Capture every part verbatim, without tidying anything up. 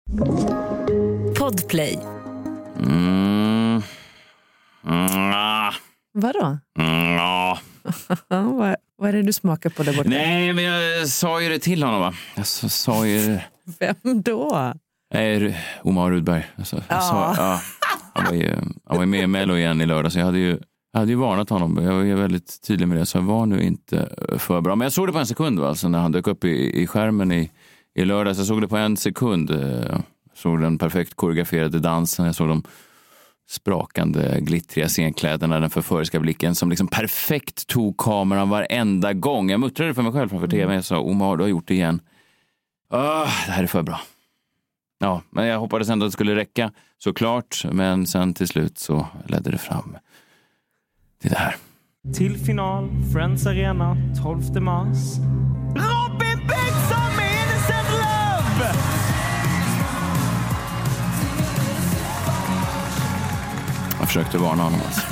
Podplay. Mm. Mm. Vadå? Mm. vad, vad är det du smakar på där borta? Nej, men jag sa ju det till honom, va? Jag sa, sa ju... Vem då? Nej, Omar Rudberg. Alltså, jag Ja. sa, ja. Han var ju, han var ju med i Mello igen i lördag, så jag hade ju, jag hade ju varnat honom. Jag var ju väldigt tydlig med det, så jag var nu inte för bra. Men jag såg det på en sekund, va? Alltså, när han dök upp i, i skärmen i, i lördag, så jag såg det på en sekund. Jag såg den perfekt koreograferade dansen, jag såg de sprakande, glittriga scenkläderna, den förföriska blicken som liksom perfekt tog kameran varenda gång. Jag muttrade för mig själv framför tvn. Jag sa, Omar, du har gjort det igen. Oh, det här är för bra. Ja, men jag hoppades ändå att det skulle räcka, såklart. Men sen till slut så ledde det fram till det här. Till final, Friends Arena, tolfte mars. Robin Bengtsson med Innocent Love! Jag försökte varna honom alltså.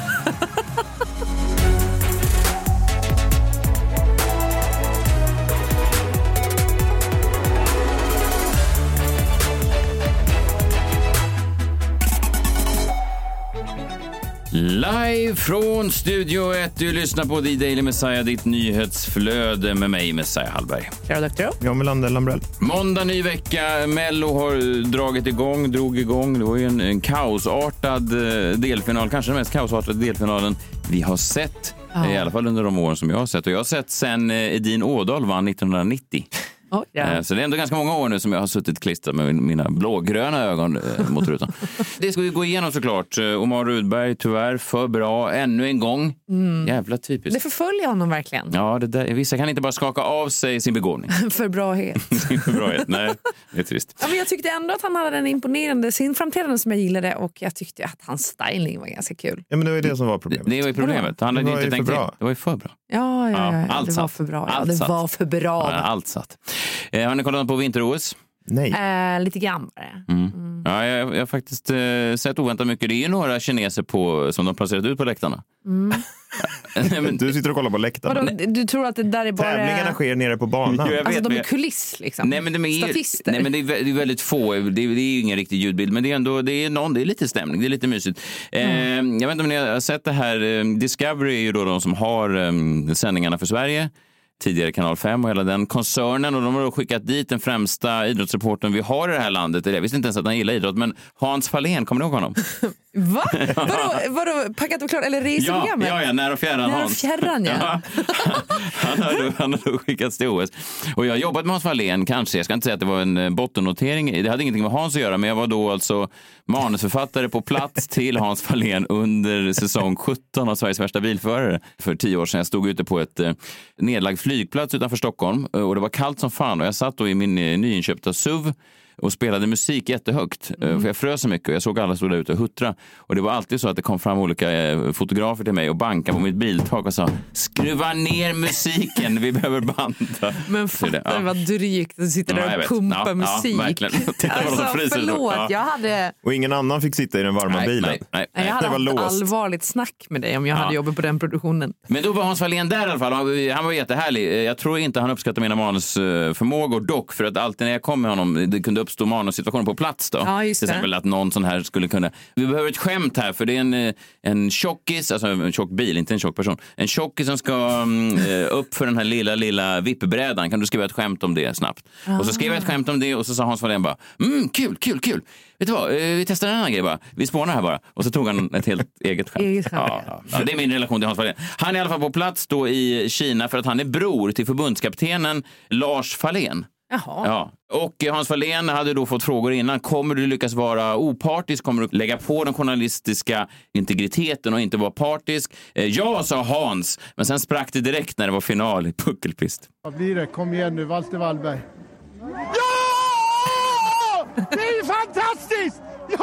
Live från Studio ett, du lyssnar på The Daily Messiah, ditt nyhetsflöde med mig, Messiah Hallberg. Klara doktor. Jag Melander Lambrell. Måndag, ny vecka. Mello har dragit igång, drog igång. Det var ju en, en kaosartad delfinal, kanske den mest kaosartade delfinalen vi har sett. Ja. I alla fall under de åren som jag har sett. Och jag har sett sen Edin Ådahl vann nittonhundranittio. Oh, yeah. Så det är ändå ganska många år nu som jag har suttit klistrad med mina blågröna ögon mot rutan. Det ska vi gå igenom såklart. Omar Rudberg, tyvärr för bra ännu en gång. Mm. Jävla typiskt. Det förföljer honom verkligen. Ja, det där, vissa kan inte bara skaka av sig sin begåvning. för brahet. för brahet, nej. Det är trist. Ja, men jag tyckte ändå att han hade en imponerande sin framträdande som jag gillade, och jag tyckte att hans styling var ganska kul. Ja, men det var ju det som var problemet. Det, det var ju problemet. Han hade det var inte ju tänkt för bra. Det. det var ju för bra. Ja, ja, ja, ja. Allt det satt. var för bra. Ja, Allt det satt. var för bra. Ja, allt satt. Eh, har ni kollat på vinter-O S? Nej. Eh, lite grann bara. Mm. Mm. Ja, jag, jag har faktiskt eh, sett oväntat mycket. Det är ju några kineser på, som de placerat ut på läktarna. Mm. Men du sitter och kollar på läktarna. Vadå, du tror att det där är bara... Tävlingarna sker nere på banan. Jo, jag vet, alltså de är men... kuliss liksom. Nej, men de är... Statister. Nej, men det är, det är väldigt få. Det är, det är ju ingen riktig ljudbild. Men det är ändå det är någon, det är lite stämning. Det är lite mysigt. Mm. Eh, jag vet inte om ni har sett det här. Discovery är ju då de som har eh, sändningarna för Sverige. Tidigare Kanal fem och hela den koncernen, och de har då skickat dit den främsta idrottsreportern vi har i det här landet. Jag visste inte ens att han gillar idrott, men Hans Fahlén, kommer ni ihåg honom? Va? Vadå, vadå, packat och klart, eller reseprogrammet? Ja, ja, ja, när och fjärran när Hans. När och fjärran, ja. ja. Han har då, han har då skickats till O S. Och jag har jobbat med Hans Fahlén, kanske. Jag ska inte säga att det var en bottennotering. Det hade ingenting med Hans att göra, men jag var då alltså manusförfattare på plats till Hans Fahlén under säsong sjutton av Sveriges värsta bilförare. För tio år sedan jag stod ute på ett eh, nedlagd flygplats utanför Stockholm, och det var kallt som fan, och jag satt då i min eh, nyinköpta S U V och spelade musik jättehögt. Mm. För jag frös så mycket och jag såg alla stå där ute och huttra. Och det var alltid så att det kom fram olika eh, fotografer till mig och bankade på mitt biltak och sa, skruva ner musiken, vi behöver banda. Men fattar ja. vad drygt att sitta där ja, och pumpa ja, musik. Ja, verkligen. Titta alltså, vad de förlåt, ja. jag hade... Och ingen annan fick sitta i den varma nej, bilen. Nej, nej, nej. Jag hade det var haft allvarligt snack med dig om jag ja. hade jobbat på den produktionen. Men då var Hans Fahlén där i alla fall. Han var jättehärlig. Jag tror inte han uppskattar mina manusförmågor dock, för att alltid när jag kom med honom, det kunde uppstå manussituationer på plats då. Ja, just till exempel att någon sån här skulle kunna... Vi behöver ett skämt här, för det är en, en tjockis, alltså en tjock bil, inte en tjock person. En tjockis som ska um, upp för den här lilla, lilla vippbrädan. Kan du skriva ett skämt om det snabbt? Ah. Och så skrev jag ett skämt om det, och så sa Hans Fahlén bara, mm, kul, kul, kul. Vet du vad, vi testar en annan grej bara. Vi spånar här bara. Och så tog han ett helt eget skämt. Eget skämt. Ja, ja. Ja, det är min relation till Hans Fahlén. Han är i alla fall på plats då i Kina för att han är bror till förbundskaptenen Lars Fahlén. Jaha. Ja. Och Hans Fahlén hade då fått frågor innan. Kommer du lyckas vara opartisk? Kommer du lägga på den journalistiska integriteten och inte vara partisk? Eh, ja, sa Hans. Men sen sprack det direkt när det var final i Puckelpist. Vad blir det? Kom igen nu, Walter Wallberg. Ja! Det är ju fantastiskt! Ja!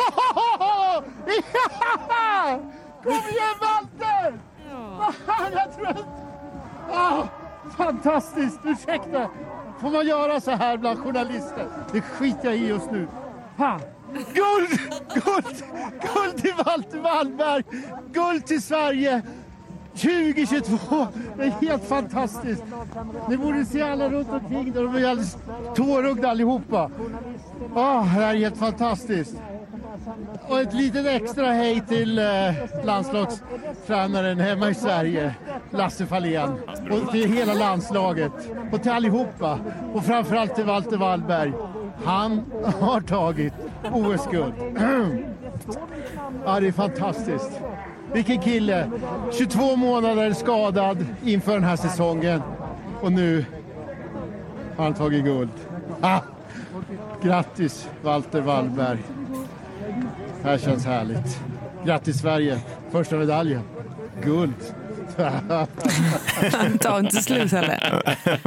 Ja! Kom igen, Walter! Ja. Jag tror att... Ah, fantastiskt, ursäkta. Får man göra så här bland journalister? Det skiter jag i just nu. Ha. Guld! Guld! Guld till Walter Wallberg! Guld till Sverige! tjugo tjugotvå! Det är helt fantastiskt. Ni borde se alla runt omkring där. De är alldeles tårögda allihopa. Åh, det här är helt fantastiskt. Och ett litet extra hej till eh, landslagstränaren hemma i Sverige, Lasse Fahlén. Och till hela landslaget. Och till allihopa. Och framförallt till Walter Wallberg. Han har tagit O S-guld. Ja, det är fantastiskt. Vilken kille. tjugotvå månader skadad inför den här säsongen. Och nu har han tagit guld. Ah, grattis Walter Wallberg. Det här känns härligt. Grattis Sverige. Första medaljen. Guld. Han tar inte slut heller.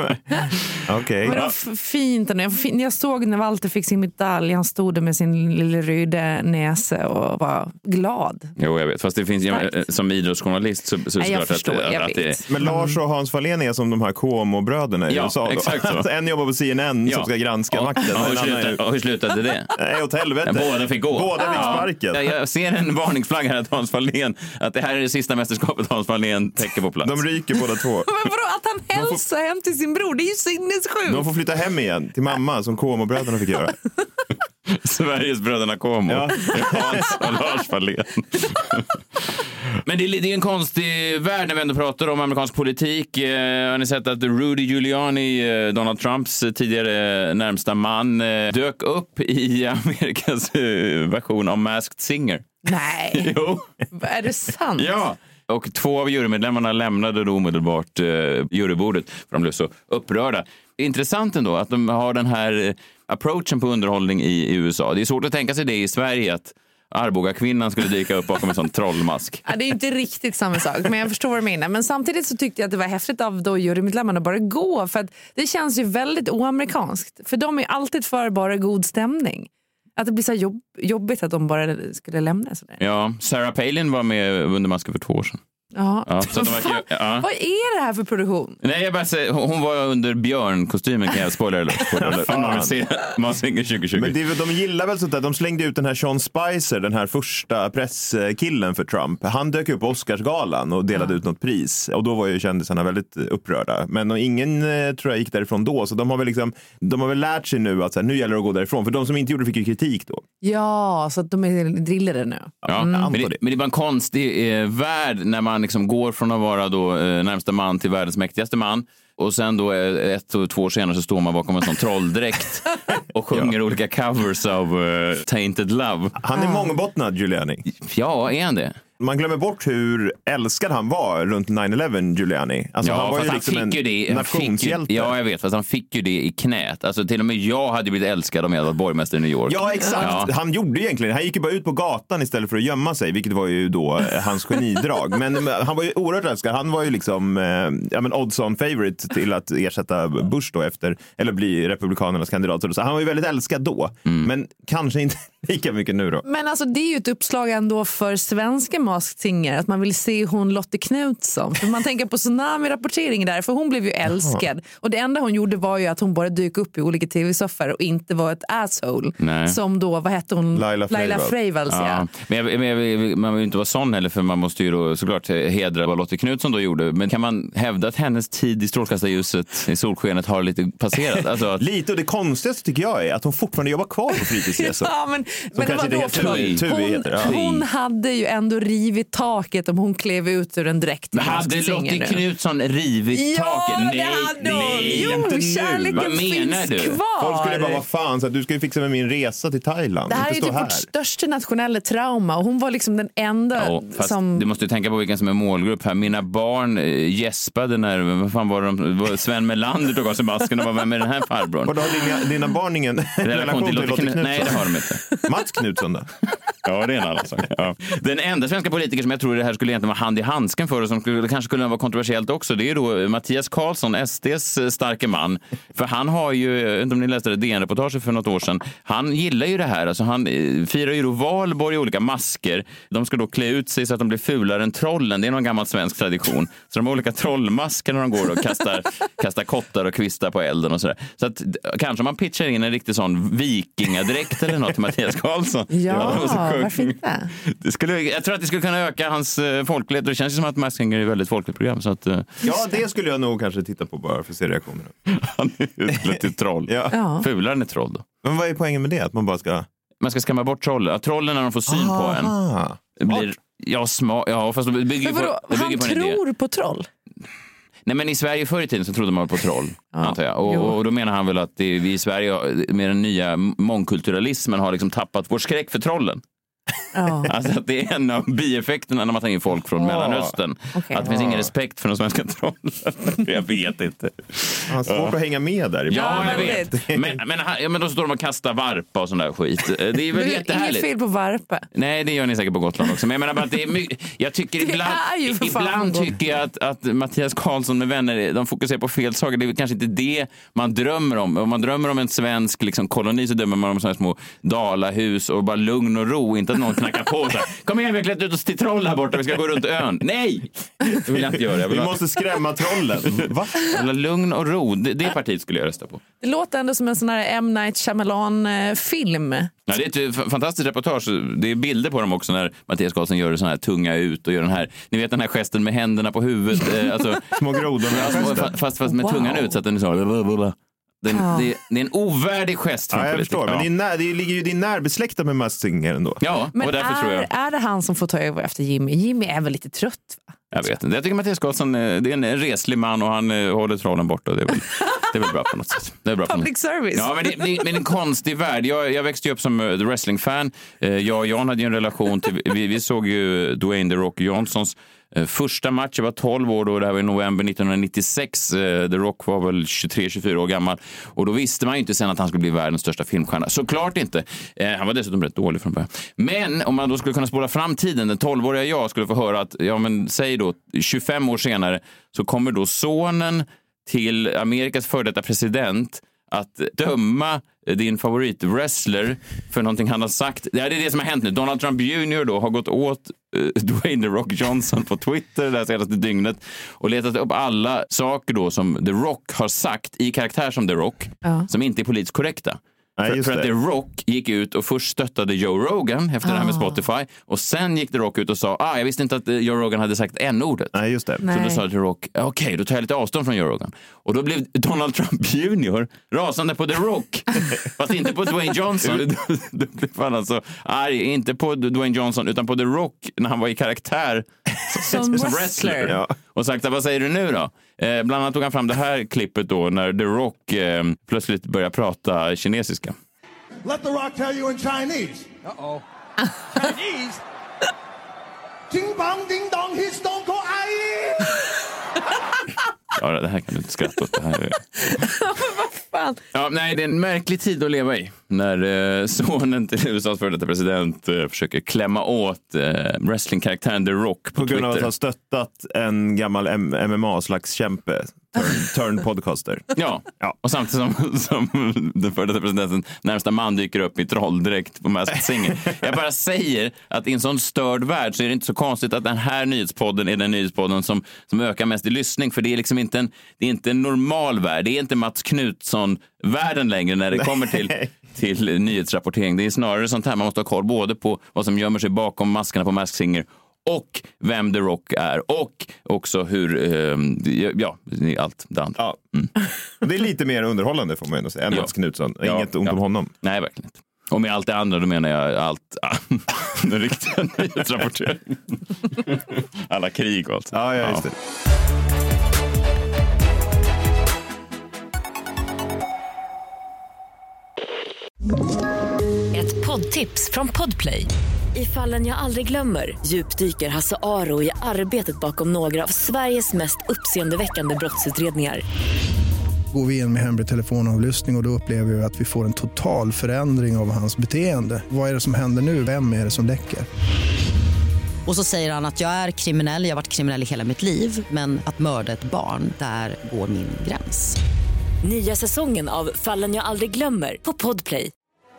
Okej. Men det var f- fint. Jag, när jag såg när Walter fick sin medalj, han stod där med sin lilla röda näse och var glad. Jo, jag vet. Fast det finns ju, Starkt. som idrottsjournalist så, så är det Nej, jag klart förstår, att, jag att det vet. Men Lars och Hans Fahlén är som de här Cuomo-bröderna i Ja, U S A. Då. exakt så. Alltså, en jobbar på C N N som ska granska ja. makten. Ja, men hur, en annan är- slutade, och hur slutade det? Nej, åt helvete. Båda fick gå. Båda fick Ja. sparken. Ja, jag ser en varningsflagga här att Hans Fahlén, att det här är det sista mästerskapet Hans Fahlén täcker på plats. De ryker båda två. Men vadå, att han hälsar hem till sin bror, det är ju sinnessjukt. De får flytta hem igen till mamma som Cuomo-bröderna fick göra. Sveriges bröderna Como. Ja. Hans och Lars Fahlén. Men det är, det är en konstig värld när vi ändå pratar om amerikansk politik. Eh, har ni sett att Rudy Giuliani, eh, Donald Trumps tidigare närmsta man, eh, dök upp i Amerikas eh, version av Masked Singer? Nej, Jo. är det sant? Ja. Och två av jurymedlemmarna lämnade då omedelbart eh, jurybordet för de blev så upprörda. Intressant ändå att de har den här eh, approachen på underhållning i, i U S A. Det är svårt att tänka sig det i Sverige att Arboga-kvinnan skulle dyka upp bakom en sån trollmask. Ja, det är ju inte riktigt samma sak, men jag förstår vad du menar. Men samtidigt så tyckte jag att det var häftigt av då jurymedlemmarna bara gå, för att det känns ju väldigt oamerikanskt. För de är alltid för bara god stämning. Att det blir så jobb, jobbigt att de bara skulle lämna sådär. Ja, Sarah Palin var med under masken för två år sedan. Ja. Ja, så att de verkar, ja. Vad är det här för produktion? Nej, jag bara säger, hon var under björnkostymen, kan jag spoiler alert. Spoiler alert. Om man vill se Masked Singer tjugo tjugo. Men det, de gillar väl sånt där. De slängde ut den här Sean Spicer, den här första presskillen för Trump. Han dök upp på Oscarsgalan och delade ut något pris. Och då var ju kändisarna väldigt upprörda. Men ingen eh, tror jag gick därifrån då. Så de har väl, liksom, de har väl lärt sig nu att så här, nu gäller det att gå därifrån. För de som inte gjorde fick ju kritik då. Ja, så att de är drillade nu. Ja, Mm. men, det, men det är bara en konstig eh, värld när man liksom går från att vara då, eh, närmsta man till världens mäktigaste man. Och sen då eh, ett och två år senare så står man bakom en sån trolldräkt och sjunger olika covers av uh, Tainted Love. Han är mångbottnad, Giuliani. Ja, är han det? Man glömmer bort hur älskad han var runt nine eleven, Giuliani. Alltså, Ja, han var fast ju han liksom fick en ju det, han fick ju, nationshjälte. ja, jag vet, fast han fick ju det i knät. Alltså till och med jag hade blivit älskad om jag hade varit borgmästare i New York. Ja, exakt. Ja. Han gjorde egentligen, han gick ju bara ut på gatan istället för att gömma sig, vilket var ju då eh, hans genidrag. Men eh, han var ju oerhört älskad. Han var ju liksom eh, ja, men odds-on favorite till att ersätta Bush då efter, eller bli republikanernas kandidat. Så han var ju väldigt älskad då, Mm. men kanske inte lika mycket nu då. Men alltså det är ju ett uppslag ändå för svenska Masked Singer, att man vill se hon Lotte Knutsson. För man tänker på tsunami-rapportering där, för hon blev ju älskad. Och det enda hon gjorde var ju att hon bara dök upp i olika tv-soffor och inte var ett asshole. Nej. Som då, vad hette hon? Laila Freivalds. Freivalds, ja. Ja. Men, jag, men jag, man vill ju inte vara sån heller, för man måste ju då såklart hedra vad Lotte Knutsson då gjorde. Men kan man hävda att hennes tid i strålkastarljuset, i solskenet, har lite passerat? Alltså att, Lite, och det konstigaste tycker jag är att hon fortfarande jobbar kvar på fritidsresor. Ja, men, men kanske vadå, det heter förlåt? Tui- Tui hon, heter det, ja. hon hade ju ändå rivit taket om hon klev ut ur en dräkt. men hade Lotte Knutsson rivit Ja, taket? det hade hon. nej, Jo, inte nu. kärleken Vad menar finns du? kvar. Folk skulle bara, vad fan, så att du ska ju fixa med min resa till Thailand. Det här är inte ju stå typ här. vårt största nationella trauma och hon var liksom den enda Ja, fast som... du måste ju tänka på vilken som är målgrupp här. Mina barn eh, gäspade när, vad fan var de, var Sven Melander tog av sig masken och var, vem är den här farbrorn? Och då har dina, dina barn ingen relation till Lotte Knutsson? Nej, det har de inte. Mats Knutsson då? Ja, det är en annan sak. Ja. Den enda svenska politiker som jag tror det här skulle egentligen vara hand i handsken för och som skulle, kanske skulle vara kontroversiellt också, det är då Mattias Karlsson, S D:s starke man. För han har ju, jag vet inte om ni läste det D N-reportage för något år sedan, han gillar ju det här. Alltså han eh, firar ju då valborg i olika masker. De ska då klä ut sig så att de blir fulare än trollen. Det är någon gammal svensk tradition. Så de har olika trollmasker när de går och kastar, kastar kottar och kvistar på elden och sådär. Så att kanske man pitchar in en riktig sån vikingadräkt eller något till Mattias Karlsson. Ja, det var så sjukt. varför inte? Det skulle, jag tror att det skulle kunna öka hans uh, folklighet. Det känns ju som att Masked Singer är ett väldigt folkligt program. Så att, uh, Ja, det skulle jag nog kanske titta på bara för att se reaktionerna. han är utklädd till troll. Ja. Ja. Fulare än ett troll då. Men vad är poängen med det? Att man bara ska... Man ska skrämma bort trollen. Ja, trollen när de får syn Aha. på en. Det blir... Ja, sma... ja, fast det bygger Men vadå, på, det bygger han på en tror idé. på troll? Nej, men i Sverige förr i tiden så trodde man på troll, Ja. antar jag. Och, och då menar han väl att det, vi i Sverige med den nya mångkulturalismen har liksom tappat vår skräck för trollen. Ja. Alltså att det är en av bieffekterna när man tar in folk från Oh. Mellanöstern. Okay. Att det finns ingen respekt för de svenska trollen. Jag vet inte. Han har svårt Ja. att hänga med där. Ja, jag roligt. vet. Men, men, ja, men då står de och kastar varpa och sån där skit. Det är väl Det är inget jättehärligt. fel på varpe. Nej, det gör ni säkert på Gotland också. Men jag menar bara att det är mycket... Jag tycker Det ibland, är ju för fan ibland gott. tycker jag att, att Mattias Karlsson med vänner, de fokuserar på fel saker. Det är väl kanske inte det man drömmer om. Om man drömmer om en svensk liksom, koloni så drömmer man om sådana små dalahus och bara lugn och ro. Inte att någon knackar på så här. Kom igen, vi har klätt ut oss till troll här borta. Vi ska gå runt ön. Nej! Det vill jag inte göra. Jag vill Vi ha, måste skrämma trollen. Va? jag vill ha lugn och ro. Det, det partiet skulle jag rösta på. Det låter ändå som en sån här M. Night Shyamalan-film. Ja, det är ett f- fantastiskt reportage. Det är bilder på dem också när Mattias Karlsson gör det sån här tunga ut och gör den här, ni vet den här gesten med händerna på huvudet. Eh, alltså, Små grodorna. ja, fa- fast, fast med Wow. tungan ut så att den är så... Den, Ja. det, det är en ovärdig gest från Ja, jag politiker. förstår. Men Ja. det, är när, det ligger ju din närbesläktad med Masked Singer ändå. Ja, Men och därför är, tror jag... är det han som får ta över efter Jimmy? Jimmy är väl lite trött, va? Jag vet inte. Jag tycker Mattias Karlsson eh, det är en reslig man och han eh, håller trollen borta. Det är väl, det är väl bra på något sätt. Det är bra på något. Public service. Ja, men det, det, men en konstig värld. Jag, jag växte ju upp som uh, The Wrestling-fan. Uh, jag och Jan hade ju en relation till... Vi, vi såg ju Dwayne The Rock Johnsons uh, första match. Jag var tolv år då. Det här var i november nittonhundranittiosex. Uh, The Rock var väl tjugotre tjugofyra år gammal. Och då visste man ju inte sen att han skulle bli världens största filmstjärna. Såklart inte. Uh, han var dessutom rätt dålig från början. Men om man då skulle kunna spola fram tiden, den tolvåriga jag skulle få höra att, ja men säg då, tjugofem år senare så kommer då sonen till Amerikas före detta president att döma din favoritwrestler för någonting han har sagt. Det är det som har hänt nu. Donald Trump junior då har gått åt uh, Dwayne The Rock Johnson på Twitter det här senaste dygnet och letat upp alla saker då som The Rock har sagt i karaktär som The Rock Ja. som inte är politiskt korrekta. Nej, För, just för att det. The Rock gick ut och först stöttade Joe Rogan efter det här med Spotify och sen gick The Rock ut och sa ah, jag visste inte att Joe Rogan hade sagt en-ordet. Nej, just det. Nej. Så då sa The Rock, okej, okay, då tar jag lite avstånd från Joe Rogan. Och då blev Donald Trump junior rasande på The Rock. Fast inte på Dwayne Johnson. Då, då blev han alltså arg, inte på Dwayne Johnson utan på The Rock när han var i karaktär Som wrestler. Ja. Och sagt, vad säger du nu då? Eh, bland annat tog han fram det här klippet då när The Rock eh, plötsligt börjar prata kinesiska. Let the Rock tell you in Chinese. Uh-oh. Chinese? Ding bang ding dong his don't go ai. Ja, det här kan du inte skratta åt. Det här är... Fan. Ja, nej, det är en märklig tid att leva i. När eh, sonen till U S A:s före detta president eh, försöker klämma åt eh, wrestlingkaraktären The Rock på, På grund av att Twitter. ha stöttat en gammal M- MMA-slags kämpe. Turn, turn podcaster. Ja. Ja. Och samtidigt som, som den före detta presidenten närmsta man dyker upp i trolldräkt på Masked Singer. Jag bara säger att i en sån störd värld så är det inte så konstigt att den här nyhetspodden är den nyhetspodden som, som ökar mest i lyssning. För det är liksom inte en, det är inte en normal värld. Det är inte Mats Knutsson-världen längre när det kommer till, till nyhetsrapportering. Det är snarare sånt här man måste ha koll både på vad som gömmer sig bakom maskerna på Masked Singer och vem The Rock är och också hur, eh, ja, allt det andra. Ja. Det är lite mer underhållande får man ändå säga än Ja. Mats Knutsson. Ja, Inget ont ja. om honom. Nej, verkligen inte. Och med allt det andra, då menar jag allt, den riktiga nyhetsrapporteringen. Alla krig och allt. Ja, ja, just det. Ett poddtips från Podplay. I Fallen jag aldrig glömmer djupdyker Hasse Aro i arbetet bakom några av Sveriges mest uppseendeväckande brottsutredningar. Går vi in med hemlig telefonavlyssning och, och då upplever vi att vi får en total förändring av hans beteende. Vad är det som händer nu? Vem är det som läcker? Och så säger han att jag är kriminell, jag har varit kriminell i hela mitt liv. Men att mörda ett barn, där går min gräns. Nya säsongen av Fallen jag aldrig glömmer på Podplay.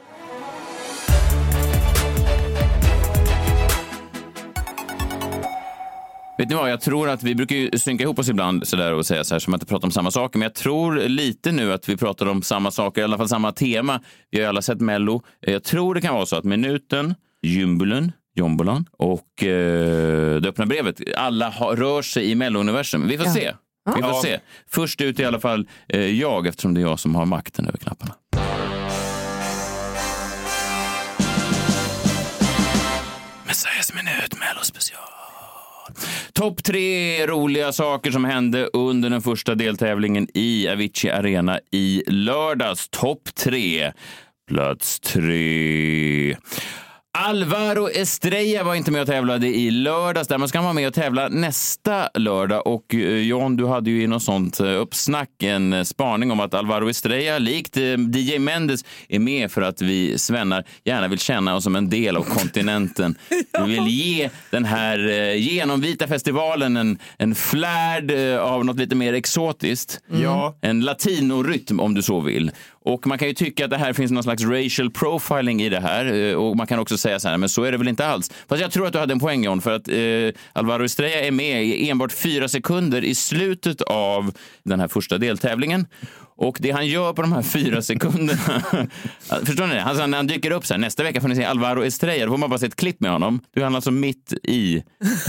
Vet ni vad, jag tror att vi brukar ju synka ihop oss ibland sådär och säga så här som att vi pratar om samma saker. Men jag tror lite nu att vi pratar om samma saker, i alla fall samma tema. Vi har ju alla sett Mello. Jag tror det kan vara så att minuten, Jumbulen, Jombolan och eh, det öppna brevet, alla har, rör sig i Mello-universum. Vi får Ja. se. Vi får Ja. se. Först ut i alla fall eh, jag, eftersom det är jag som har makten över knapparna. Topp tre roliga saker som hände under den första deltävlingen i Avicii Arena i lördags. Topp tre. Plats tre. Alvaro Estrella var inte med och tävlade i lördags. Där man ska vara med och tävla nästa lördag. Och John, du hade ju i något sånt uppsnack en spaning om att Alvaro Estrella, likt D J Mendes, är med för att vi svennar gärna vill känna oss som en del av kontinenten. Vi vill ge den här genomvita festivalen en, en flärd av något lite mer exotiskt. Ja. En latinorytm om du så vill. Och man kan ju tycka att det här finns någon slags racial profiling i det här. Och man kan också säga så här, men så är det väl inte alls. Fast jag tror att du hade en poäng, John, för att eh, Alvaro Estrella är med i enbart fyra sekunder i slutet av den här första deltävlingen. Och det han gör på de här fyra sekunderna, förstår ni det? Alltså, när han dyker upp så här, nästa vecka får ni se Alvaro Estrella, då får man bara se ett klipp med honom. Du är han alltså mitt i...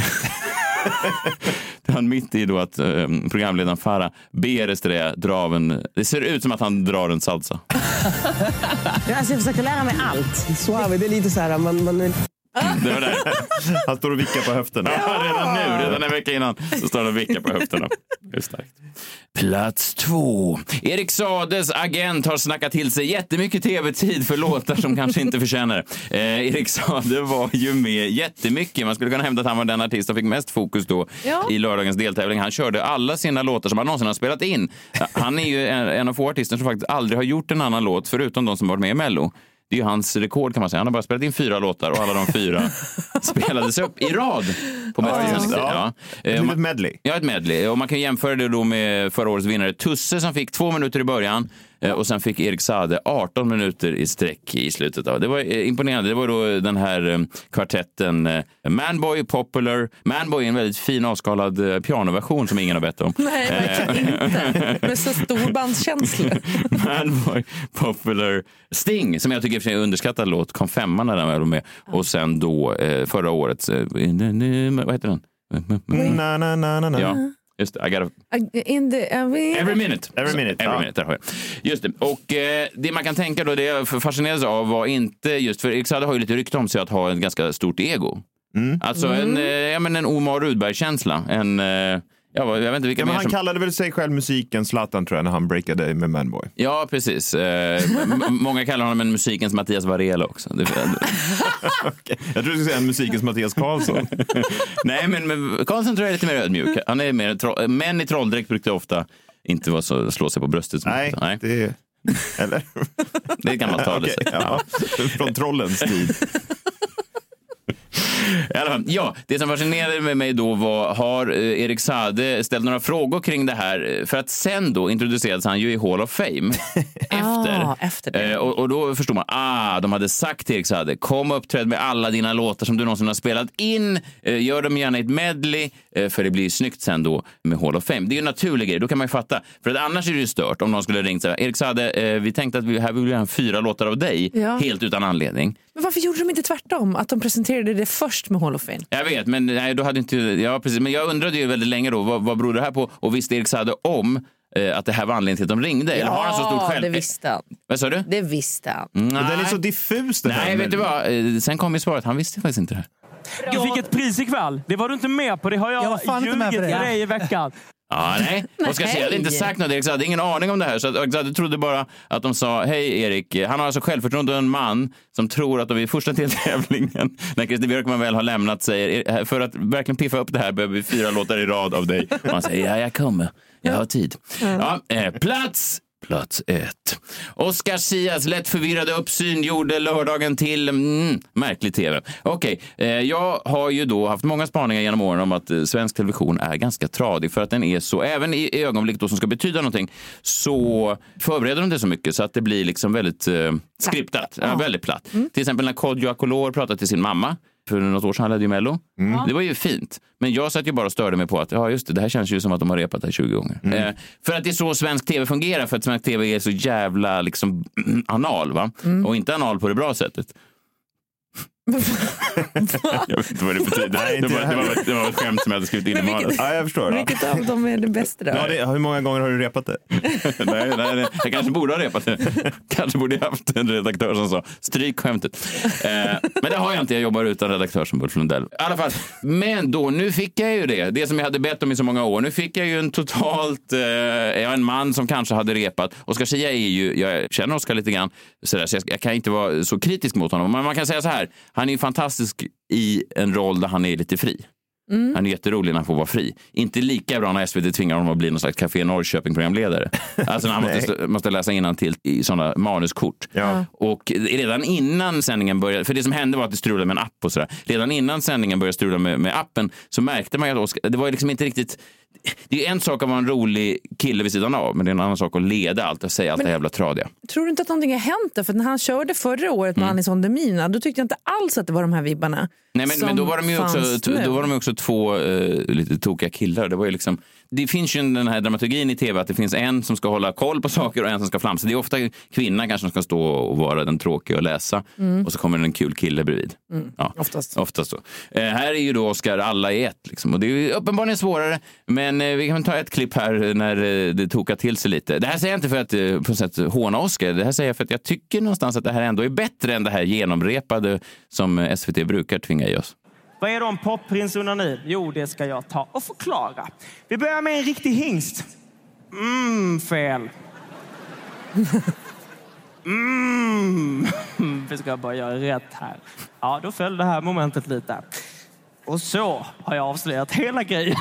Det är han mitt i då att eh, programledaren Farah ber Estrella dra av en... Det ser ut som att han drar en salsa. Alltså, jag försöker lära mig allt. Suave, det är lite så här... Man, man... Det var det. Han står och vickar på höfterna. Ja, redan nu, redan en vecka innan så står han och vickar på höfterna. Det är starkt. Plats två. Erik Saades agent har snackat till sig jättemycket tv-tid för låtar som kanske inte förtjänar. Eh, Erik Saade var ju med jättemycket. Man skulle kunna hävda att han var den artist som fick mest fokus då ja. i lördagens deltävling. Han körde alla sina låtar som han någonsin har spelat in. Han är ju en, en av få artister som faktiskt aldrig har gjort en annan låt förutom de som varit med i Mello. Det är ju hans rekord kan man säga. Han har bara spelat in fyra låtar och alla de fyra spelades upp i rad på Mästersändningstid. Ja, ja. Ett medley. Ja, ett medley. Och man kan jämföra det då med förra årets vinnare Tusse som fick två minuter i början och sen fick Erik Saade arton minuter i sträck i slutet av. Det var imponerande. Det var då den här kvartetten Manboy, Popular. Manboy är en väldigt fin avskalad pianoversion som ingen har bett om. Nej, verkligen inte. Med så storbandskänsla. Manboy, Popular, Sting, som jag tycker är en underskattad låt, kom femma när den var med. Och sen då förra året, vad heter den? Na, na, na, na, na. Ja. Just det, I gotta... In the, every... every minute. Every minute, every ja. minute där har jag. Just det. Och eh, det man kan tänka då, det jag fascinerades av var inte just, för Erik Saade har ju lite rykte om sig att ha ett ganska stort ego. Mm. Alltså mm. en, eh, ja, men en Omar Rudberg-känsla. En... Eh, Ja, jag vet inte vilka ja, men han som... kallade väl sig själv musiken Zlatan tror jag när han breakade med Manboy. Ja, precis. Eh, m- många kallar honom en musikens Mattias Varela också. Det... okay. Jag tror du skulle säga en musikens Mattias Karlsson. Nej, men, men Karlsson tror jag är lite mer ödmjuk. Han är mer tro... Män i trolldräkt brukar ofta inte vara så slå sig på bröstet. Som Nej, Nej, det eller det kan man ta det okay, ja. Från trollens tid. I alla fall, ja, det som fascinerade med mig då var, har Erik Saade ställt några frågor kring det här? För att sen då introducerades han ju i Hall of Fame efter. Ah, efter det. Eh, och, och då förstår man, ah, de hade sagt till Erik Saade, kom upp träd med alla dina låtar som du någonsin har spelat in. Eh, gör dem gärna i ett medley, eh, för det blir snyggt sen då med Hall of Fame. Det är ju en naturlig grej, då kan man ju fatta. För att annars är det ju stört om någon skulle ringt så här, Erik Saade, eh, vi tänkte att vi här vill ha fyra låtar av dig, ja. helt utan anledning. Men varför gjorde de inte tvärtom? Att de presenterade det först med Hall of Fame? Jag vet, men nej, då hade inte... Ja, precis. Men jag undrade ju väldigt länge då, vad, vad beror det här på? Och visste Erik Saade om eh, att det här var anledningen till att de ringde? Ja, eller har han så stort själv... det visste han. Vad sa du? Det visste han. Nej. Men den är så diffus det här. Nej, vet du vad? Sen kom ju svaret, han visste faktiskt inte det här. Du fick ett pris ikväll. Det var du inte med på. Det har jag, jag ljugit till dig i veckan. Ja, nej. Oskar Zia hade inte sagt något. Erik hade ingen aning om det här. Så att Erik trodde bara att de sa, hej Erik. Han har alltså självförtroende en man som tror att de i första deltävlingen, när Christer Björkman väl har lämnat, säger, för att verkligen piffa upp det här behöver vi fyra låtar i rad av dig. Och han säger, ja jag kommer. Jag har tid. Ja, eh, plats... Plats ett. Oskar Zias lätt förvirrade uppsyn gjorde lördagen till mm, märklig tv. Okej, okay. eh, jag har ju då haft många spaningar genom åren om att eh, svensk television är ganska tradig för att den är så, även i, i ögonblick då som ska betyda någonting, så förbereder de det så mycket så att det blir liksom väldigt eh, skriptat, ja, väldigt platt. Mm. Till exempel när Kodjo Akolor pratade till sin mamma för något år sedan, han ledde ju Mello. Mm. Det var ju fint. Men jag satt ju bara och störde mig på att ja just det, det här känns ju som att de har repat det här tjugo gånger. Mm. Eh, för att det är så svensk tv fungerar, för att svensk tv är så jävla liksom anal, va? Mm. Och inte anal på det bra sättet. Jag vet inte vad det betyder. Nej, det, var, det, var, det var ett skämt som jag hade skrivit in i manus. Ja, jag förstår. Vilket av dem är det bästa då? Ja, det, hur många gånger har du repat det? nej, nej, nej, jag kanske borde ha repat det. Kanske borde jag haft en redaktör som sa, stryk skämtet. Eh, Men det har jag inte, jag jobbar utan redaktör som Ulf Lundell. I alla fall, men då, nu fick jag ju det. Det som jag hade bett om i så många år. Nu fick jag ju en totalt, eh, en man som kanske hade repat. Oskar Zia är ju, jag känner Oskar lite grann, sådär, så jag, jag kan inte vara så kritisk mot honom. Men man kan säga så här, han är ju fantastisk i en roll där han är lite fri. Mm. Han är jätterolig när han får vara fri. Inte lika bra när S V T tvingar honom att bli någon slags Café Norrköping-programledare. Alltså när han måste, måste läsa innantill i sådana manuskort. Ja. Och redan innan sändningen började, för det som hände var att det strulade med en app och sådär. Redan innan sändningen började strula med, med appen så märkte man ju att Oskar, det var liksom inte riktigt... Det är en sak att vara en rolig kille vid sidan av, men det är en annan sak att leda allt och säga allt men, det jävla tradiga. Tror du inte att någonting har hänt då? För när han körde förra året med mm. Anis Don Demina, då tyckte jag inte alls att det var de här vibbarna. Nej, men, men då var de ju också, då var de också två uh, lite tokiga killar. Det var ju liksom, det finns ju den här dramaturgin i tv att det finns en som ska hålla koll på saker och en som ska flamsa. Det är ofta kvinnan kanske som ska stå och vara den tråkiga och läsa mm. och så kommer en kul kille bredvid. Mm. Ja, oftast. Oftast så. Uh, här är ju då Oskar alla i ett liksom, och det är ju uppenbarligen svårare, men uh, vi kan ta ett klipp här när uh, det tokar till sig lite. Det här säger jag inte för att uh, på sätt håna Oskar, det här säger jag för att jag tycker någonstans att det här ändå är bättre än det här genomrepade som uh, S V T brukar tvinga i oss. Vad är då en popprins onani? Jo, det ska jag ta och förklara. Vi börjar med en riktig hingst. Mm, fel. Mm. Vi ska bara göra rätt här. Ja, då föll det här momentet lite. Och så har jag avslöjat hela grejen.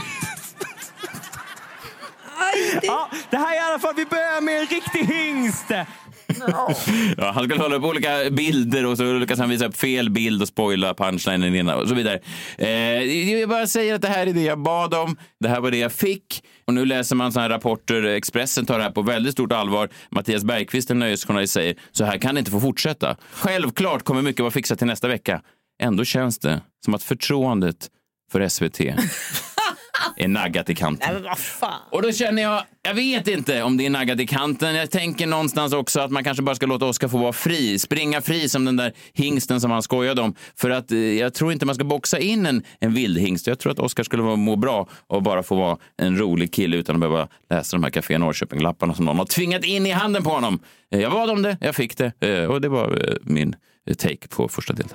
Ja, det här är i alla fall, vi börjar med en riktig hingst. No. Ja, han skulle hålla upp olika bilder och så lyckas han visa upp fel bild och spoila punchlinen innan och så vidare. Eh, jag bara säger att det här är det jag bad om, det här var det jag fick och nu läser man sådana här rapporter. Expressen tar det här på väldigt stort allvar. Mattias Bergqvist, en nöjesjournalist, säger så här kan det inte få fortsätta. Självklart kommer mycket vara fixat till nästa vecka. Ändå känns det som att förtroendet för S V T är naggat i kanten. Nej, men vad fan? Och då känner jag, jag vet inte om det är naggat i kanten. Jag tänker någonstans också att man kanske bara ska låta Oskar få vara fri. Springa fri som den där hingsten som han skojade om. För att eh, jag tror inte man ska boxa in en, en vild hingst. Jag tror att Oskar skulle vara må bra och bara få vara en rolig kille utan att behöva läsa de här Café Norrköping-lapparna som någon har tvingat in i handen på honom. Eh, jag bad om det, jag fick det. Eh, och det var eh, min eh, take på första delen.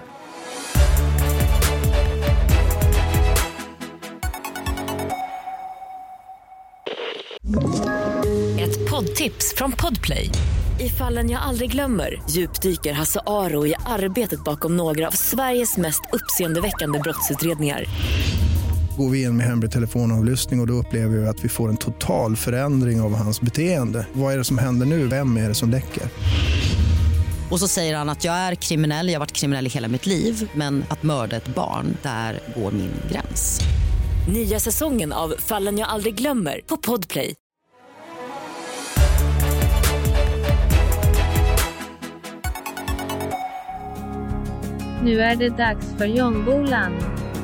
Ett poddtips från Podplay. I Fallen jag aldrig glömmer djupdyker Hasse Aro i arbetet bakom några av Sveriges mest uppseendeväckande brottsutredningar. Går vi in med hemlig telefonavlyssning och, och då upplever vi att vi får en total förändring av hans beteende. Vad är det som händer nu? Vem är det som läcker? Och så säger han att jag är kriminell, jag har varit kriminell i hela mitt liv. Men att mörda ett barn, där går min gräns. Nya säsongen av Fallen jag aldrig glömmer på Podplay. Nu är det dags för Jongbolan.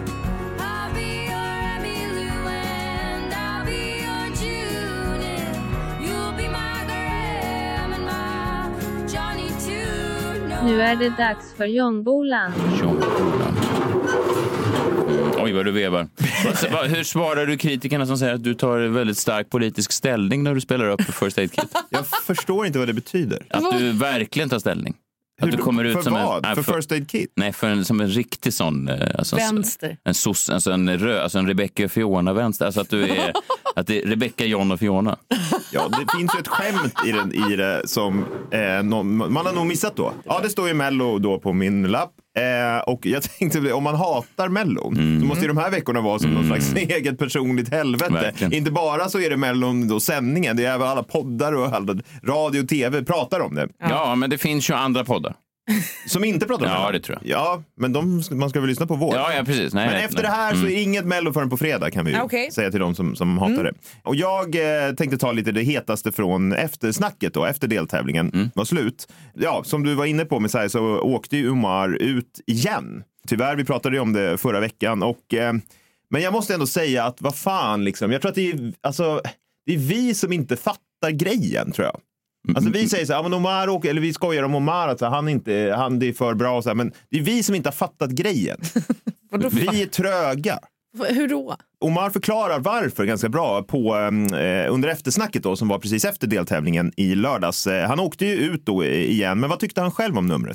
Nu är det dags för Jongbolan. Jongbolan. Oj, vad du vevar. Hur svarar du kritikerna som säger att du tar väldigt stark politisk ställning när du spelar upp för First Aid Kit? Jag förstår inte vad det betyder. Att du verkligen tar ställning. Att du kommer ut för som vad? En, för, för First Aid Kit? Nej, för en, som en riktig sån... Alltså, vänster. En sos, alltså en röd, alltså en Rebecca och Fiona vänster. Alltså att du är... att det är Rebecca, John och Fiona. Ja, det finns ju ett skämt i, den, i det som eh, någon, man har nog missat då. Ja, det står ju Mello då på min lapp. Eh, och jag tänkte, om man hatar Mellon mm. så måste ju de här veckorna vara som mm. någon slags eget personligt helvete. Verkligen. Inte bara så är det Mellon då sändningen, det är även alla poddar och alla radio och tv pratar om det. Ja, ja, men det finns ju andra poddar. Som inte pratar om det? Ja, det tror jag. Ja, men de, man ska väl lyssna på vår. Ja, ja precis. Nej, men nej, efter nej. det här mm. så är inget Mello förrän på fredag, kan vi ju okay. säga till de som, som hatar mm. det. Och jag eh, tänkte ta lite det hetaste från eftersnacket då, efter deltävlingen mm. var slut. Ja, som du var inne på med så, här, så åkte ju Umar ut igen. Tyvärr, vi pratade ju om det förra veckan. Och, eh, men jag måste ändå säga att vad fan liksom, jag tror att det är, alltså, det är vi som inte fattar grejen, tror jag. Alltså vi säger så här, ja, men Omar åker, eller vi skojar om Omar att han inte, han det är för bra så här, men det är vi som inte har fattat grejen. Vi är tröga. Hur då? Omar förklarar varför ganska bra på eh, under eftersnacket då, som var precis efter deltävlingen i lördags. Eh, han åkte ju ut då igen, men vad tyckte han själv om numret?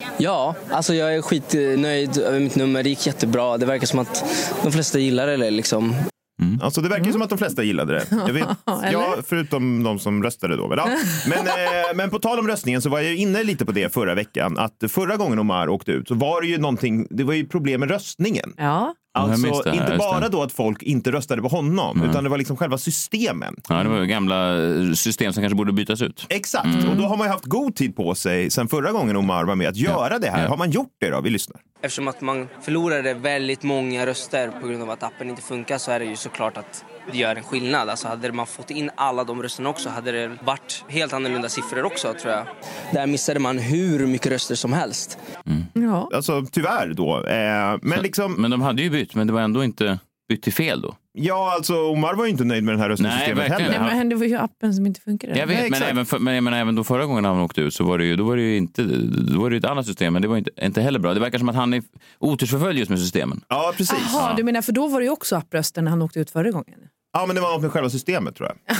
Ja, alltså jag är skitnöjd över mitt nummer. Det gick jättebra. Det verkar som att de flesta gillar det liksom. Mm. Alltså det verkar mm. som att de flesta gillade det. Jag vet, ja, förutom de som röstade då. Ja. Men, eh, men på tal om röstningen så var jag inne lite på det förra veckan. Att förra gången Omar åkte ut så var det ju någonting, det var ju problem med röstningen. Ja. Alltså det, inte bara då att folk inte röstade på honom mm. utan det var liksom själva systemen. Ja, det var ju gamla system som kanske borde bytas ut. Exakt, mm. och då har man ju haft god tid på sig sen förra gången Omar var med att göra ja. det här. Ja. Har man gjort det då? Vi lyssnar. Eftersom att man förlorade väldigt många röster på grund av att appen inte funkar så är det ju såklart att det gör en skillnad. Alltså hade man fått in alla de rösterna också hade det varit helt annorlunda siffror också tror jag. Där missade man hur mycket röster som helst. Mm. Ja. Alltså tyvärr då. Eh, men, så, liksom... men de hade ju bytt, men det var ändå inte bytt till fel då. Ja, alltså Omar var ju inte nöjd med den här röstsystemet heller. Nej, men det var ju appen som inte funkade. Jag vet, Nej, men, även för, men jag menar, även då förra gången han åkte ut så var det ju, då var det ju inte, då var det ju ett annat system, men det var inte, inte heller bra. Det verkar som att han är otursförföljd just med systemen. Ja, precis. Jaha, ja. du menar, för då var det ju också apprösten när han åkte ut förra gången. Ja, men det var något med själva systemet tror jag.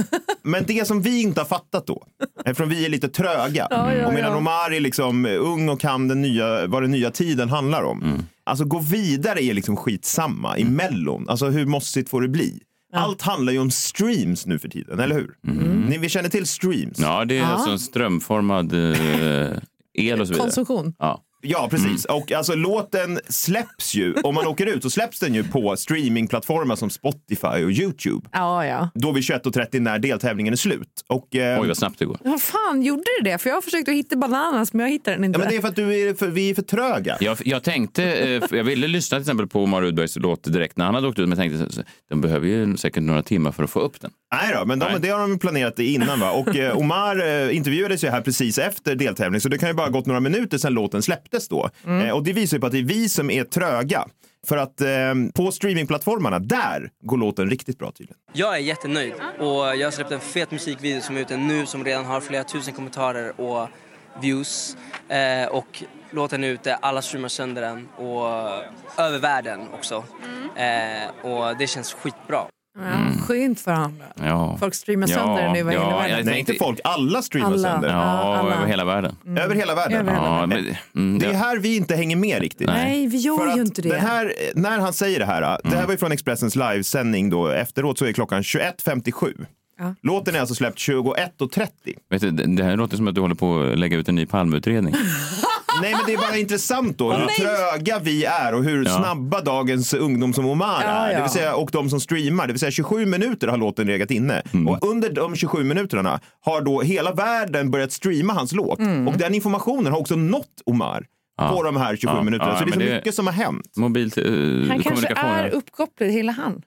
Men det som vi inte har fattat då, eftersom vi är lite tröga, ja, ja, och medan ja. Omar är liksom ung och kan den nya, vad den nya tiden handlar om. Mm. Alltså gå vidare är liksom skitsamma i Mellon. Alltså hur måste får det bli? Ja. Allt handlar ju om streams nu för tiden, eller hur? Mm. Ni, vi känner till streams. Ja, det är ja. alltså en strömformad eh, el och så vidare. Konsumtion. Ja. Ja, precis. Mm. Och alltså låten släpps ju, om man åker ut så släpps den ju på streamingplattformar som Spotify och YouTube. Ja, ja. Då vid tjugoett och trettio när deltävlingen är slut. Och, eh, Oj, vad snabbt det går. Vad fan, gjorde det det? För jag har försökt att hitta bananas, men jag hittar den inte. Ja, men det är för att du är för, vi är för tröga. Jag, jag tänkte, eh, jag ville lyssna till exempel på Omar Rudbergs låt direkt när han hade åkt ut, men jag tänkte, de behöver ju säkert några timmar för att få upp den. Nej då, men de, Nej. det har de planerat innan va. Och eh, Omar eh, intervjuades ju här precis efter deltävling, så det kan ju bara ha gått några minuter sedan låten släpptes då. Mm. Eh, och det visar ju på att det är vi som är tröga. För att eh, på streamingplattformarna, där går låten riktigt bra tydligen. Jag är jättenöjd och jag har släppt en fet musikvideo som är ute nu som redan har flera tusen kommentarer och views. Eh, och låten är ute, alla streamar sönder den och över världen också. Mm. Eh, och det känns skitbra. Mm. Skönt för honom. Ja. Folk streamar sönder ja, nu över ja, hela världen. Nej, tänkte... inte folk, alla streamar alla. sönder. Ja, alla. över hela världen. Mm. Över hela världen. Över hela ja, världen. Men, mm, det är här vi inte hänger med riktigt. Nej, vi gör för ju inte det. Den här, när han säger det här, mm. det här var ju från Expressens livesändning då, efteråt så är klockan tjugoett femtiosju. Ja. Låten är alltså släppt tjugoett och trettio. Vet du, det här låter som att du håller på att lägga ut en ny Palmeutredning. Nej, men det är bara intressant då hur oh, tröga vi är och hur ja. snabba dagens ungdom som Omar är. Ja, ja. Det vill säga, och de som streamar. Det vill säga tjugosju minuter har låten legat inne. Mm. Och under de tjugosju minuterna har då hela världen börjat streama hans låt. Mm. Och den informationen har också nått Omar. Ja. På de här tjugosju ja. minuterna. Ja, så det är så det mycket är som har hänt. Mobil uh, han kanske är uppkopplad hela han.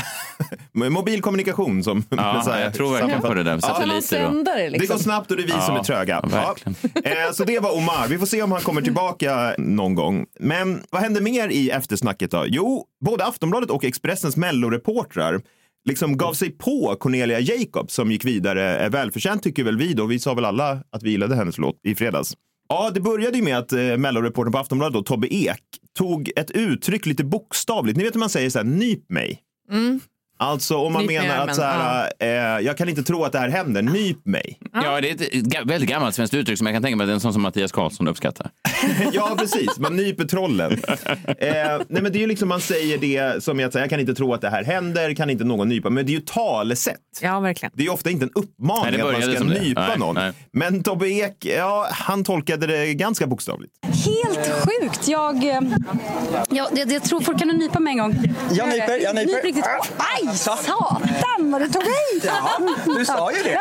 Mobilkommunikation som ja, säga, jag tror verkligen på det där. Satelliter och... det, liksom. Det går snabbt och det är vi ja, som är tröga. Ja. Eh, så det var Omar. Vi får se om han kommer tillbaka någon gång. Men vad händer mer i eftersnacket då? Jo, både Aftonbladet och Expressens Mello-reportrar liksom gav sig på Cornelia Jacobs som gick vidare. Välförtjänt tycker väl vi då. Vi sa väl alla att vi gillade hennes låt i fredags. Ja, det började ju med att eh, Mello-reportern på Aftonbladet då, Tobbe Ek, tog ett uttryck lite bokstavligt. Ni vet hur man säger så här, nyp mig. Mm. Alltså om man nyp menar att så här, ja. eh, jag kan inte tro att det här händer, nyp mig. Ja, ja det är ett g- väldigt gammalt svenskt uttryck som jag kan tänka mig att det är en sån som Mattias Karlsson uppskattar. Ja, precis. Man nyper trollen. eh, nej, men det är ju liksom man säger det som jag säger, jag kan inte tro att det här händer, kan inte någon nypa. Men det är ju talesätt. Ja, verkligen. Det är ju ofta inte en uppmaning nej, att man ska nypa nej, någon. Nej. Men Tobbe Ek, ja, han tolkade det ganska bokstavligt. Helt sjukt. Jag, jag, jag, jag tror folk kan nypa mig en gång. Jag nyper, jag nyper. Nyp riktigt. Aj, satan vad du tog i. Ja, du sa ju det.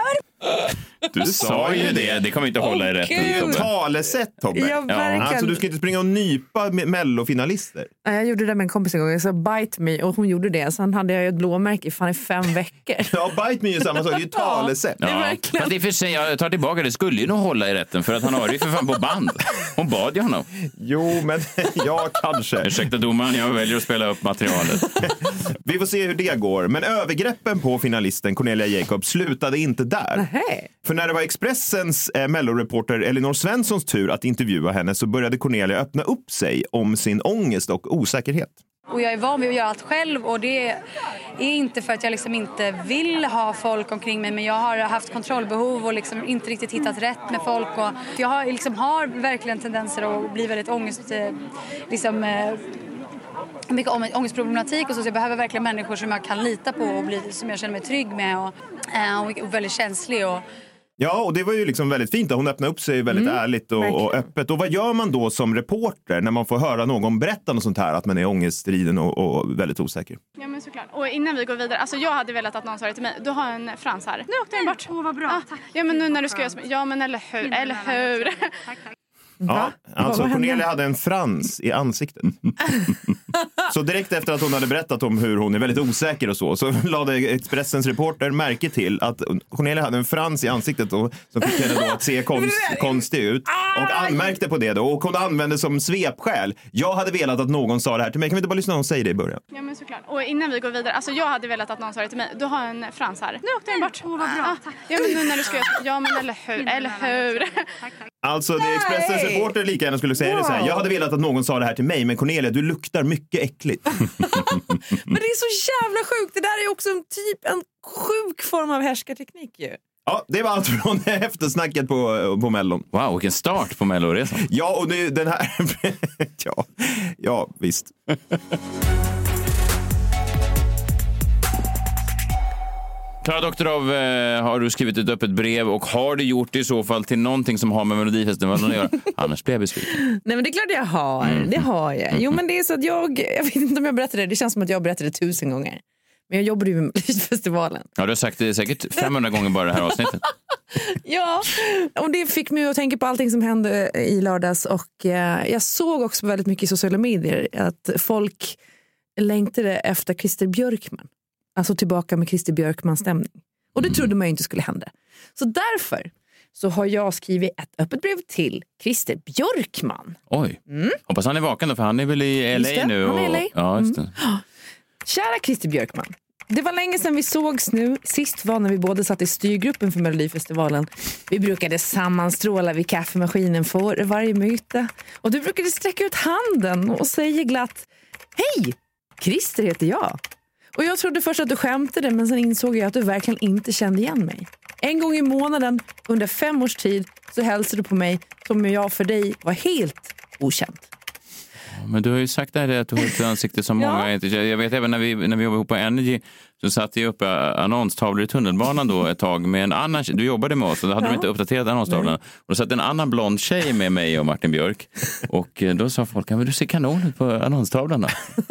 Du sa ju det. Det kommer inte att hålla oh, i rätten. Talesätt, Tobbe. Ja, verkligen. Alltså, du ska inte springa och nypa med mellofinalister. Ja, jag gjorde det med en kompis en gång. Jag sa bite me och hon gjorde det. Sen hade jag ett blåmärke fan i fem veckor. Ja, bite me är ju samma sak. Det är ju talesätt. Ja, det är verkligen. Fast i och för sig, jag tar tillbaka det. Skulle ju nog hålla i rätten för att han har det ju för fan på band. Hon bad ju honom. Jo, men ja, kanske. Ursäkta domaren, jag väljer att spela upp materialet. Vi får se hur det går. Men övergreppen på finalisten Cornelia Jacobs slutade inte där. Nej. För när det var Expressens eh, Mello-reporter Elinor Svenssons tur att intervjua henne så började Cornelia öppna upp sig om sin ångest och osäkerhet. Och jag är van vid att göra allt själv och det är inte för att jag liksom inte vill ha folk omkring mig, men jag har haft kontrollbehov och liksom inte riktigt hittat rätt med folk. Och jag har, liksom, har verkligen tendenser att bli väldigt ångest, liksom, mycket ångestproblematik och så, så jag behöver verkligen människor som jag kan lita på och bli, som jag känner mig trygg med och, och väldigt känslig och Ja, och det var ju liksom väldigt fint. Hon öppnade upp sig väldigt mm, ärligt och, och öppet. Och vad gör man då som reporter när man får höra någon berätta något sånt här, att man är ångestriden och, och väldigt osäker? Ja, men såklart. Och innan vi går vidare, alltså jag hade velat att någon sa det till mig. Du har en Frans här. Nu åkte den bort. Åh, vad bra. Ah, tack. Ja, men nu när du ska göra... Ja, men eller hur? Eller hur? Tack, tack. Ja, alltså Cornelia hade en frans i ansiktet. Så direkt efter att hon hade berättat om hur hon är väldigt osäker och så, så lade Expressens reporter märke till att Cornelia hade en frans i ansiktet och, som fick henne då att se konst, konstig ut. Och anmärkte på det då och hon använde som svepskäl. Jag hade velat att någon sa det här till mig. Kan vi inte bara lyssna när hon säger det i början? Ja, men såklart. Och innan vi går vidare, alltså jag hade velat att någon sa det till mig. Du har en frans här. Nu åkte den bort. Åh, vad bra. Ah, ja, men nu när du ska göra... Ja, men eller hur? Eller hur? Tack, tack. Alltså det Expressens reporter lika gärna skulle säga wow. det så här. Jag hade velat att någon sa det här till mig, men Cornelia, du luktar mycket äckligt. Men det är så jävla sjukt. Det där är också en typ en sjuk form av härskarteknik ju. Ja, det var allt från eftersnacket på, på Mellon. Wow, vilken start på Melloresan. Ja, och nu den här... ja, ja, visst. Klara Doktorov, eh, har du skrivit ett öppet brev och har du gjort det i så fall till någonting som har med Melodifestivalen att göra? Annars blir jag besviken. Nej, men det är klart jag har. Mm. Det har jag. Jo, men det är så att jag, jag vet inte om jag berättade det. Det känns som att jag berättade det tusen gånger. Men jag jobbar ju med Melodifestivalen. Ja, du har sagt det säkert femhundra gånger bara det här avsnittet. Ja, och det fick mig att tänka på allting som hände i lördags. Och eh, jag såg också väldigt mycket i sociala medier att folk längtade efter Christer Björkman. Alltså tillbaka med Christer Björkmans stämning. Och det trodde man ju inte skulle hända. Så därför så har jag skrivit ett öppet brev till Christer Björkman. Oj, mm. hoppas han är vaken då, för han är väl i L A nu. Och... Han är i L A. Ja, just det. Mm. Kära Christer Björkman. Det var länge sedan vi sågs nu. Sist var när vi båda satt i styrgruppen för Melodifestivalen. Vi brukade sammanstråla vid kaffemaskinen för varje möte. Och du brukade sträcka ut handen och säga glatt: hej, Christer heter jag. Och jag trodde först att du skämtade, men sen insåg jag att du verkligen inte kände igen mig. En gång i månaden under fem års tid så hälsade du på mig som jag för dig var helt okänt. Men du har ju sagt det här att du har ett ansikte som ja. många inte... Jag vet även när vi, när vi jobbade ihop på Energy så satt jag uppe annonstavlor i tunnelbanan då ett tag med en annan... Du jobbade med oss och då hade ja. de inte uppdaterat annonstavlorna. Och då satt en annan blond tjej med mig och Martin Björk. Och då sa folk, men du ser kanon ut på annonstavlorna.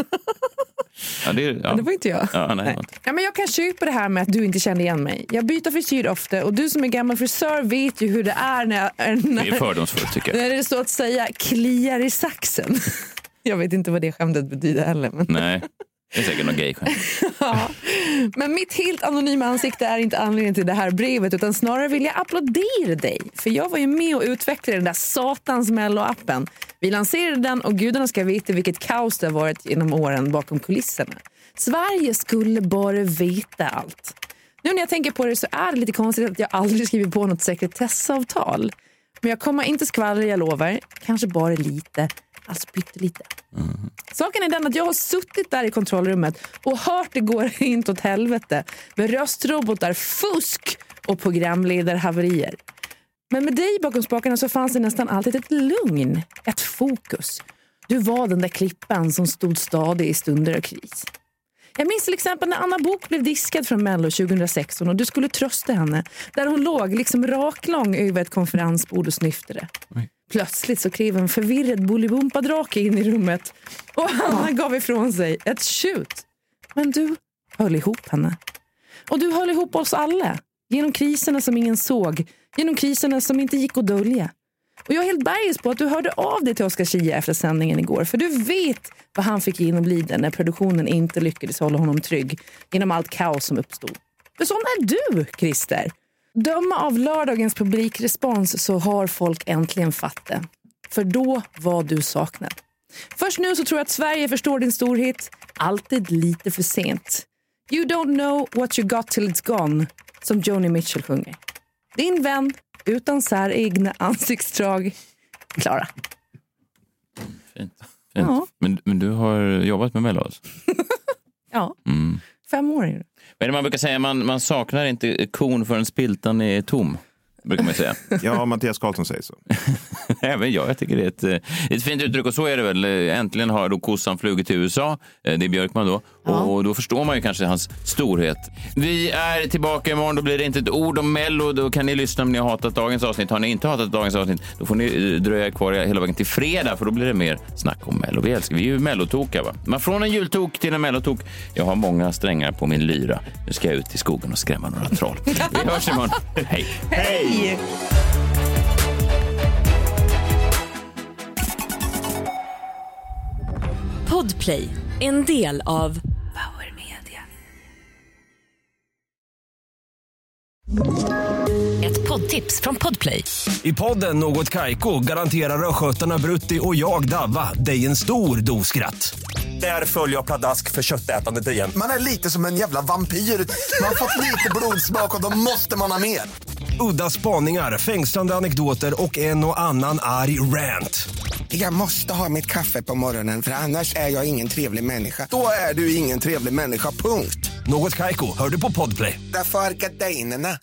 Ja, det, ja. det var inte jag. Ja, nej, nej. Ja, men jag kan köpa det här med att du inte kände igen mig. Jag byter frisyr ofta och du som är gammal frisör vet ju hur det är när, när, det är fördomsfullt, tycker jag. När det står att säga kliar i saxen. Jag vet inte vad det skämtet betyder heller. Men... Nej, det är säkert någon gay-skämt. Ja. Men mitt helt anonyma ansikte är inte anledningen till det här brevet, utan snarare vill jag applådera dig. För jag var ju med och utvecklade den där satans Mello-appen. Vi lanserade den och gudarna ska veta vilket kaos det har varit genom åren bakom kulisserna. Sverige skulle bara veta allt. Nu när jag tänker på det så är det lite konstigt att jag aldrig skrivit på något sekretessavtal. Men jag kommer inte skvallra, jag lovar. Kanske bara lite. Alltså pyttelite. Mm. Saken är den att jag har suttit där i kontrollrummet och hört det går inte åt helvete med röstrobotar, fusk och programledarhaverier. Men med dig bakom spakarna så fanns det nästan alltid ett lugn, ett fokus. Du var den där klippan som stod stadig i stunder av kris. Jag minns till exempel när Anna Bok blev diskad från Mello tjugohundrasexton och du skulle trösta henne. Där hon låg liksom raklång över ett konferensbord och snyftade. Oj. Plötsligt så klev en förvirrad Bolibompa-drake in i rummet och Anna gav ifrån sig ett tjut. Men du höll ihop henne. Och du höll ihop oss alla. Genom kriserna som ingen såg. Genom kriserna som inte gick att dölja. Och jag är helt bergis på att du hörde av dig till Oscar Schia efter sändningen igår. För du vet vad han fick genomlida när produktionen inte lyckades hålla honom trygg genom allt kaos som uppstod. För sån är du, Christer. Döma av lördagens publikrespons så har folk äntligen fattat. För då var du saknad. Först nu så tror jag att Sverige förstår din storhet. Alltid lite för sent. You don't know what you got till it's gone. Som Joni Mitchell sjunger. Din vän utan säregna ansiktsdrag. Klara. Fint. Ja. Men, men du har jobbat med Mello alltså? Ja, mm. fem år är det. Vad är det man brukar säga? Man, man saknar inte kon förrän spiltan är tom. Brukar man säga. Ja, Mattias Karlsson säger så. Även jag, jag tycker det är ett, ett fint uttryck. Och så är det väl. Äntligen har då kossan flugit till U S A. Det är Björkman då. Ja. Och då förstår man ju kanske hans storhet. Vi är tillbaka imorgon. Då blir det inte ett ord om Mello. Då kan ni lyssna om ni har hatat dagens avsnitt. Har ni inte hatat dagens avsnitt, då får ni dröja kvar hela vägen till fredag. För då blir det mer snack om Mello. Vi älskar, vi är ju Mellotoka, va? Men från en jultok till en Mellotok. Jag har många strängar på min lyra. Nu ska jag ut i skogen och skrämma några troll. Vi hörs imorgon. Hej! Hej! Podplay, en del av Power Media. Ett poddtips från Podplay. I podden Något Kaiko garanterar röskötarna Brutti och jag Davva dig en stor doskratt. Där följer jag pladask för köttätandet igen. Man är lite som en jävla vampyr. Man har fått lite blodsmak och då måste man ha mer. Udda spaningar, fängslande anekdoter och en och annan arg rant. Jag måste ha mitt kaffe på morgonen för annars är jag ingen trevlig människa. Då är du ingen trevlig människa, punkt. Något Kaiko, hör du på Podplay. Därför är gardinerna.